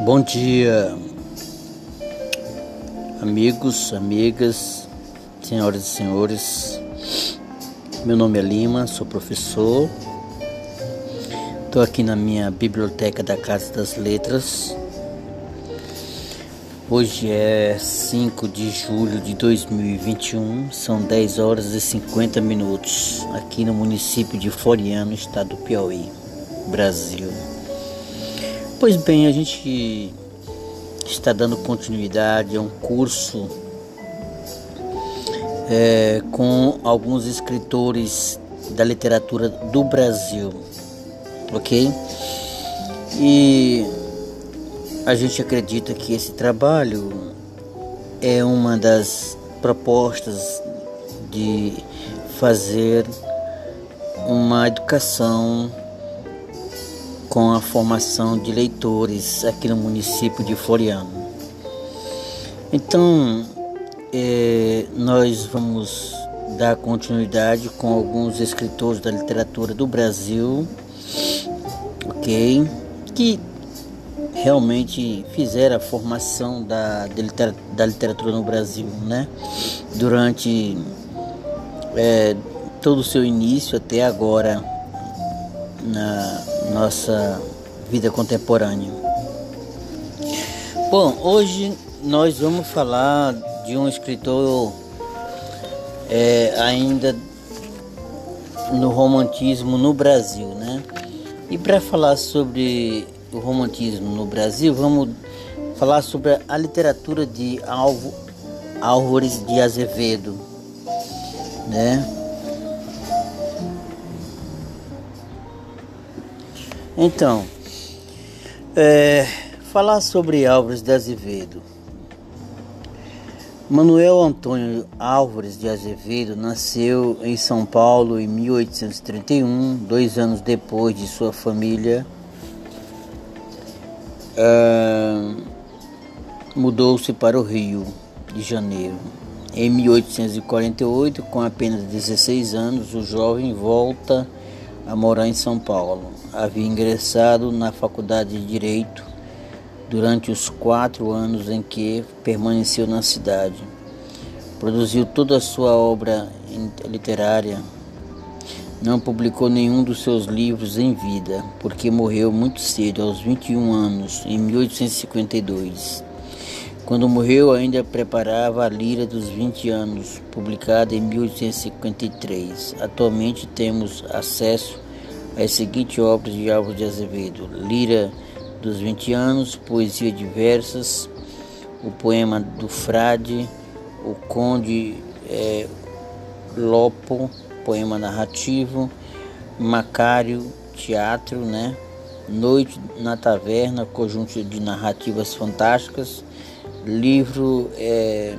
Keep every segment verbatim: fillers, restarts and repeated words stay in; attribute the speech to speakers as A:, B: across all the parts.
A: Bom dia, amigos, amigas, senhoras e senhores. Meu nome é Lima, sou professor. Estou aqui na minha biblioteca da Casa das Letras. Hoje é cinco de julho de dois mil e vinte e um, são dez horas e cinquenta minutos, aqui no município de Floriano, estado do Piauí, Brasil. Pois bem, a gente está dando continuidade a um curso é, com alguns escritores da literatura do Brasil, ok? E a gente acredita que esse trabalho é uma das propostas de fazer uma educação com a formação de leitores aqui no município de Floriano. Então, é, nós vamos dar continuidade com alguns escritores da literatura do Brasil, ok? Que realmente fizeram a formação da, da literatura no Brasil, né? Durante é, todo o seu início até agora na nossa vida contemporânea. Bom, hoje nós vamos falar de um escritor é, ainda no romantismo no Brasil, né? E para falar sobre o romantismo no Brasil, vamos falar sobre a literatura de Alvo, Álvares de Azevedo, né? Então, é, falar sobre Álvares de Azevedo. Manuel Antônio Álvares de Azevedo nasceu em São Paulo em mil oitocentos e trinta e um, dois anos depois de sua família Uh, mudou-se para o Rio de Janeiro. Em mil oitocentos e quarenta e oito, com apenas dezesseis anos, o jovem volta a morar em São Paulo. Havia ingressado na Faculdade de Direito durante os quatro anos em que permaneceu na cidade. Produziu toda a sua obra literária. Não publicou nenhum dos seus livros em vida, porque morreu muito cedo, aos vinte e um anos, em mil oitocentos e cinquenta e dois. Quando morreu, ainda preparava a Lira dos vinte anos, publicada em mil oitocentos e cinquenta e três. Atualmente temos acesso às seguintes obras de Álvares de Azevedo: Lira dos vinte anos, Poesia Diversas, o Poema do Frade, o Conde é, Lopo, Poema narrativo, Macário, teatro, né? Noite na Taverna, conjunto de narrativas fantásticas, livro é,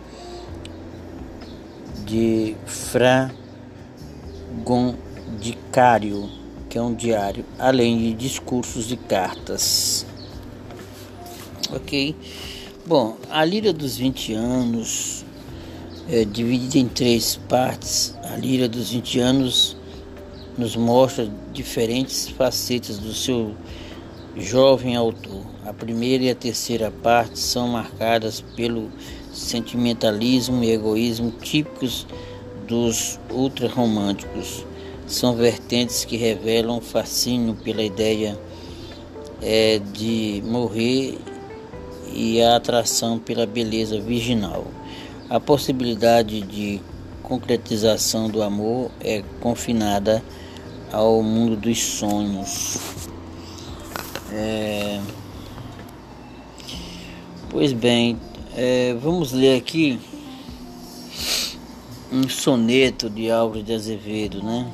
A: de Fra Gondicário, que é um diário, além de discursos e cartas. Ok? Bom, a Lira dos vinte anos é dividida em três partes. A Lira dos vinte anos nos mostra diferentes facetas do seu jovem autor. A primeira e a terceira parte são marcadas pelo sentimentalismo e egoísmo típicos dos ultrarromânticos. São vertentes que revelam fascínio pela ideia é, de morrer e a atração pela beleza virginal. A possibilidade de concretização do amor é confinada ao mundo dos sonhos. É... Pois bem, é, vamos ler aqui um soneto de Álvares de Azevedo, né?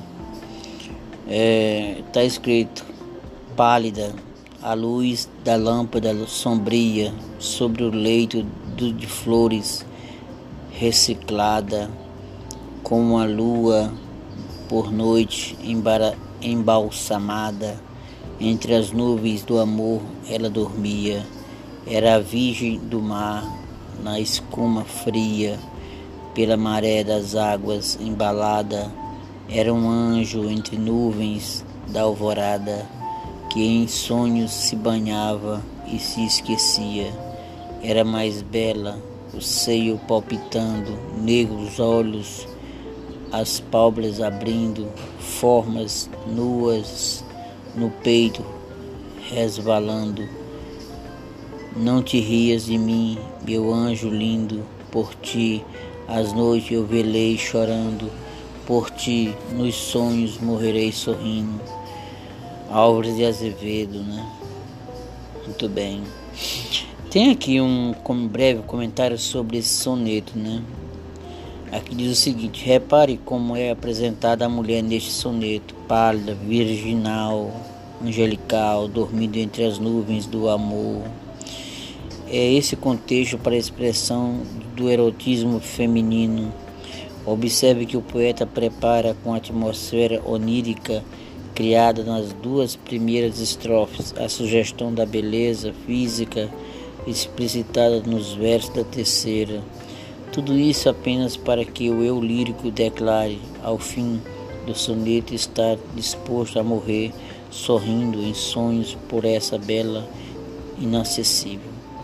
A: Está escrito: pálida, a luz da lâmpada sombria sobre o leito de flores, reciclada como a lua por noite embalsamada. Entre as nuvens do amor ela dormia. Era a virgem do mar na escuma fria, pela maré das águas embalada. Era um anjo entre nuvens da alvorada, que em sonhos se banhava e se esquecia. Era mais bela, o seio palpitando, negros olhos, as pálpebras abrindo, formas nuas no peito resvalando. Não te rias de mim, meu anjo lindo, por ti as noites eu velei chorando, por ti nos sonhos morrerei sorrindo. Álvares de Azevedo, né? Muito bem. Tem aqui um, um breve comentário sobre esse soneto, né? Aqui diz o seguinte: repare como é apresentada a mulher neste soneto, pálida, virginal, angelical, dormindo entre as nuvens do amor. É esse contexto para a expressão do erotismo feminino. Observe que o poeta prepara com a atmosfera onírica criada nas duas primeiras estrofes a sugestão da beleza física explicitada nos versos da terceira. Tudo isso apenas para que o eu lírico declare, ao fim do soneto, estar disposto a morrer, sorrindo em sonhos por essa bela inacessível.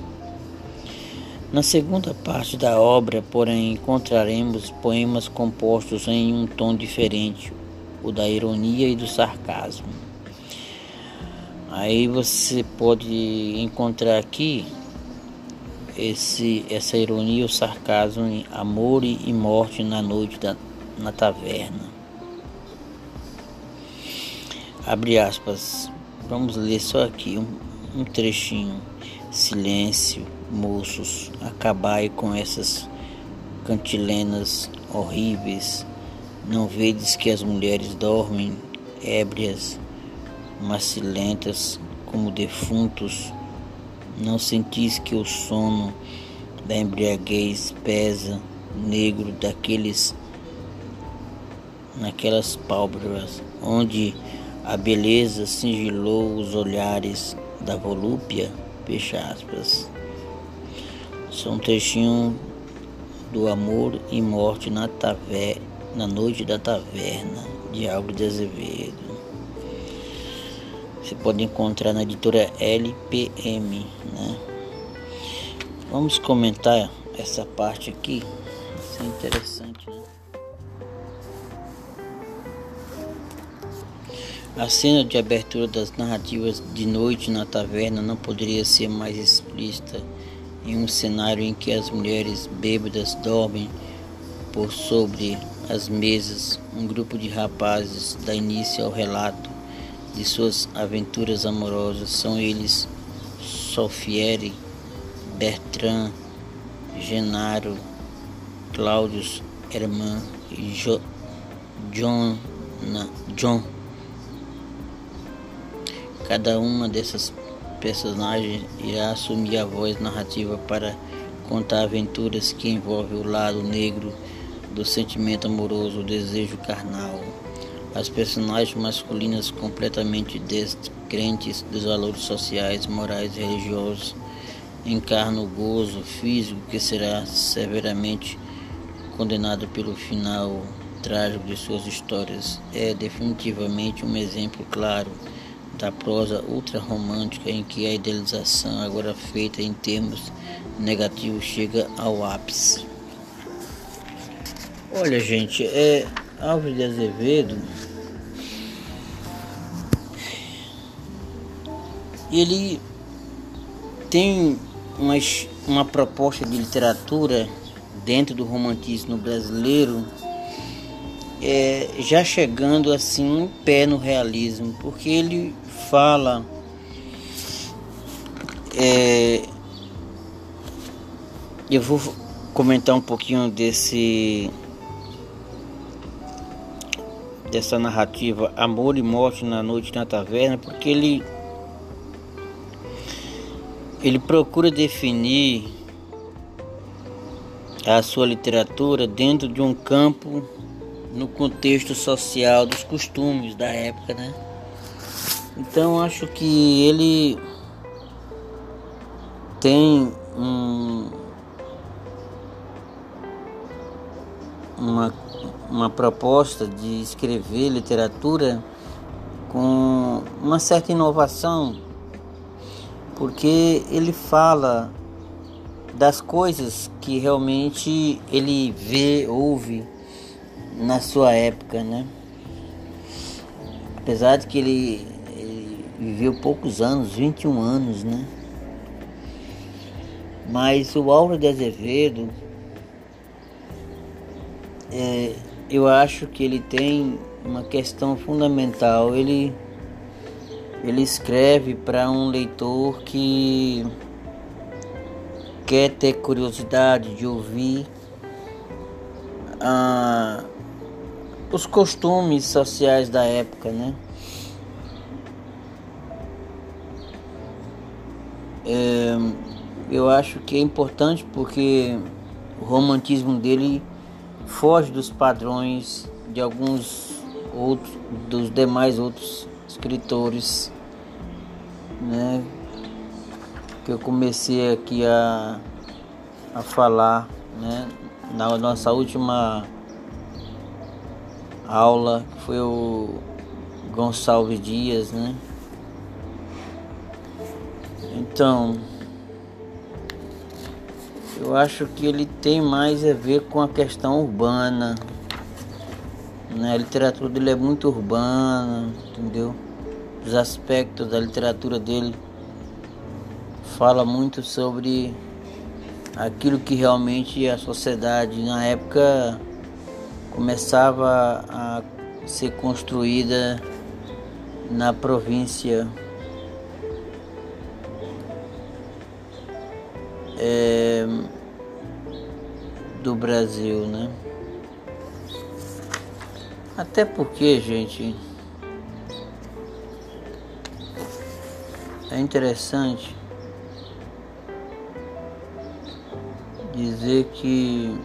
A: Na segunda parte da obra, porém, encontraremos poemas compostos em um tom diferente, o da ironia e do sarcasmo. Aí você pode encontrar aqui esse, essa ironia e o sarcasmo em Amor e Morte na Noite da, na Taverna. Abre aspas. Vamos ler só aqui um, um trechinho. Silêncio, moços, acabai com essas cantilenas horríveis. Não vedes que as mulheres dormem ébrias, macilentas como defuntos? Não sentis que o sono da embriaguez pesa negro daqueles naquelas pálpebras onde a beleza sigilou os olhares da volúpia? Fecha aspas. São um trechinho do Amor e Morte na, taver... na Noite da Taverna, de Álvares de Azevedo. Você pode encontrar na editora L P M, né? Vamos comentar essa parte aqui. Isso é interessante, né? A cena de abertura das narrativas de Noite na Taverna não poderia ser mais explícita em um cenário em que as mulheres bêbadas dormem por sobre as mesas. Um grupo de rapazes dá início ao relato de suas aventuras amorosas. São eles Solfieri, Bertrand, Genaro, Cláudius, Herman e jo, John, na, John. Cada uma dessas personagens irá assumir a voz narrativa para contar aventuras que envolvem o lado negro do sentimento amoroso, o desejo carnal. As personagens masculinas completamente descrentes dos valores sociais, morais e religiosos encarnam o gozo físico que será severamente condenado pelo final trágico de suas histórias. É definitivamente um exemplo claro da prosa ultra-romântica em que a idealização, agora feita em termos negativos, chega ao ápice. Olha, gente, é Álvares de Azevedo, ele tem uma, uma proposta de literatura dentro do romantismo brasileiro, é, já chegando assim um pé no realismo, porque ele fala é, eu vou comentar um pouquinho desse dessa narrativa Amor e Morte na Noite na Taverna, porque ele ele procura definir a sua literatura dentro de um campo no contexto social dos costumes da época, né? Então acho que ele tem um, uma, uma proposta de escrever literatura com uma certa inovação, porque ele fala das coisas que realmente ele vê, ouve na sua época, né? Apesar de que ele, ele viveu poucos anos, vinte e um anos, né? Mas o Álvaro de Azevedo, é, eu acho que ele tem uma questão fundamental. Ele, ele escreve para um leitor que quer ter curiosidade de ouvir ah, os costumes sociais da época, né? É, eu acho que é importante porque o romantismo dele foge dos padrões de alguns outros, dos demais outros escritores, né? Que eu comecei aqui a, a falar, né? Na nossa última aula, que foi o Gonçalves Dias, né? Então, eu acho que ele tem mais a ver com a questão urbana, né? A literatura dele é muito urbana, entendeu? Os aspectos da literatura dele fala muito sobre aquilo que realmente a sociedade na época começava a ser construída na província é, do Brasil, né? Até porque, gente, é interessante dizer que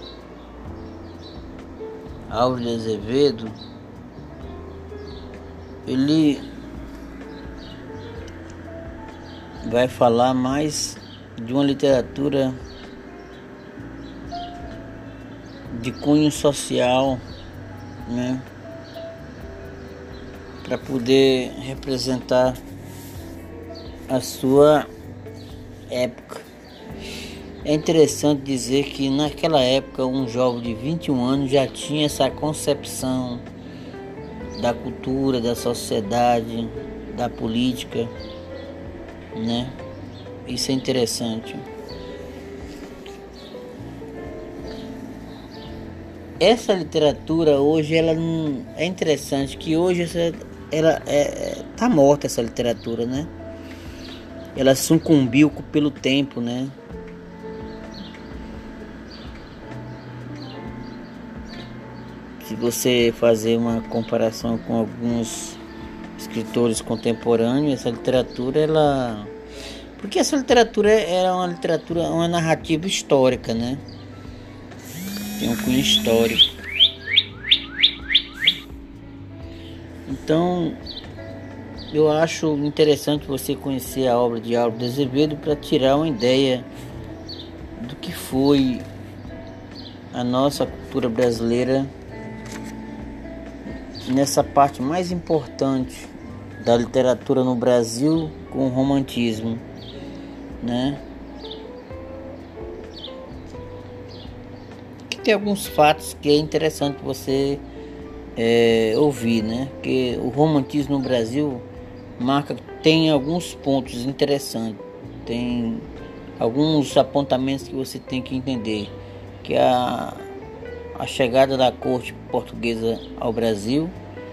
A: Álvaro de Azevedo, ele vai falar mais de uma literatura de cunho social, né, para poder representar a sua época. É interessante dizer que naquela época um jovem de vinte e um anos já tinha essa concepção da cultura, da sociedade, da política, né? Isso é interessante. Essa literatura hoje, ela não é interessante que hoje essa, ela é, tá morta, essa literatura, né? Ela sucumbiu pelo tempo, né? Se você fazer uma comparação com alguns escritores contemporâneos, essa literatura, ela... Porque essa literatura era uma literatura, uma narrativa histórica, né? Tem um cunho histórico. Então, eu acho interessante você conhecer a obra de Álvaro de Azevedo para tirar uma ideia do que foi a nossa cultura brasileira nessa parte mais importante da literatura no Brasil, com o romantismo, né? Que tem alguns fatos que é interessante você é, ouvir, né? Que o romantismo no Brasil marca, tem alguns pontos interessantes, tem alguns apontamentos que você tem que entender, que a a chegada da corte portuguesa ao Brasil,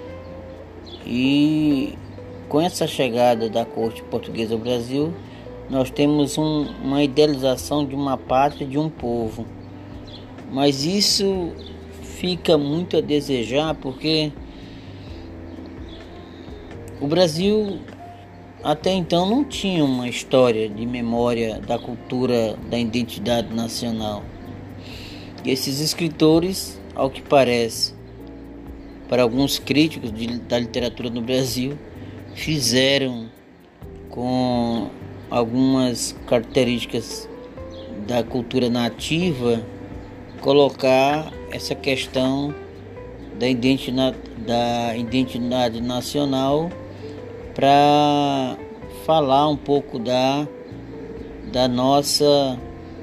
A: e com essa chegada da corte portuguesa ao Brasil, nós temos um, uma idealização de uma pátria, de um povo, mas isso fica muito a desejar, porque o Brasil até então não tinha uma história de memória da cultura, da identidade nacional. E esses escritores, ao que parece, para alguns críticos de, da literatura no Brasil, fizeram com algumas características da cultura nativa, colocar essa questão da identidade, da identidade nacional, para falar um pouco da da nossa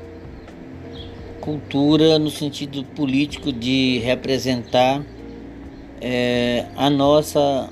A: cultura no sentido político de representar é, a nossa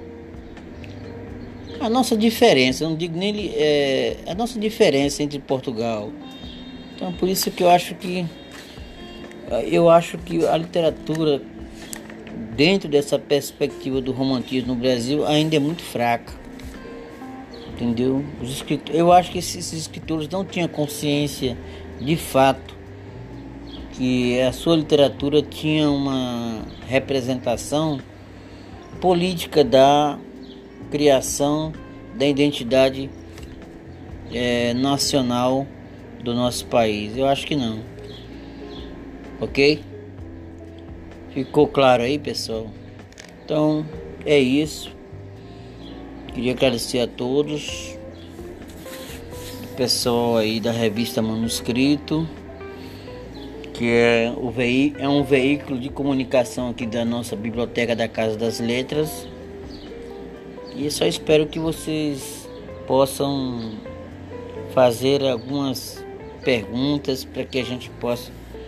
A: a nossa diferença, eu não digo nem é, a nossa diferença entre Portugal. Então por isso que eu acho que eu acho que a literatura dentro dessa perspectiva do romantismo no Brasil ainda é muito fraca, entendeu? Os escritores, eu acho que esses escritores não tinham consciência de fato que a sua literatura tinha uma representação política da criação da identidade é, nacional do nosso país. Eu acho que não. Ok? Ficou claro aí, pessoal? Então é isso. Queria agradecer a todos, o pessoal aí da revista Manuscrito, que é, o veí- é um veículo de comunicação aqui da nossa biblioteca da Casa das Letras. E eu só espero que vocês possam fazer algumas perguntas para que a gente possa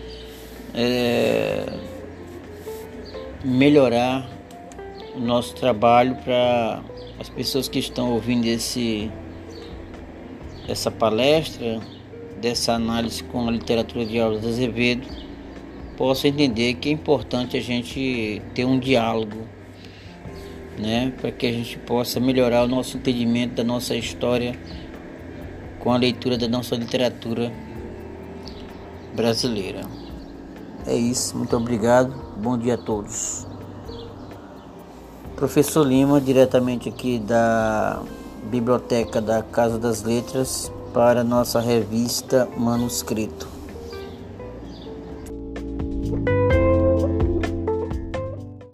A: é, melhorar o nosso trabalho, para as pessoas que estão ouvindo esse, essa palestra, dessa análise com a literatura de Aulas de Azevedo, possa entender que é importante a gente ter um diálogo, né, para que a gente possa melhorar o nosso entendimento da nossa história com a leitura da nossa literatura brasileira. É isso, muito obrigado, bom dia a todos. Professor Lima, diretamente aqui da Biblioteca da Casa das Letras, para nossa revista Manuscrito.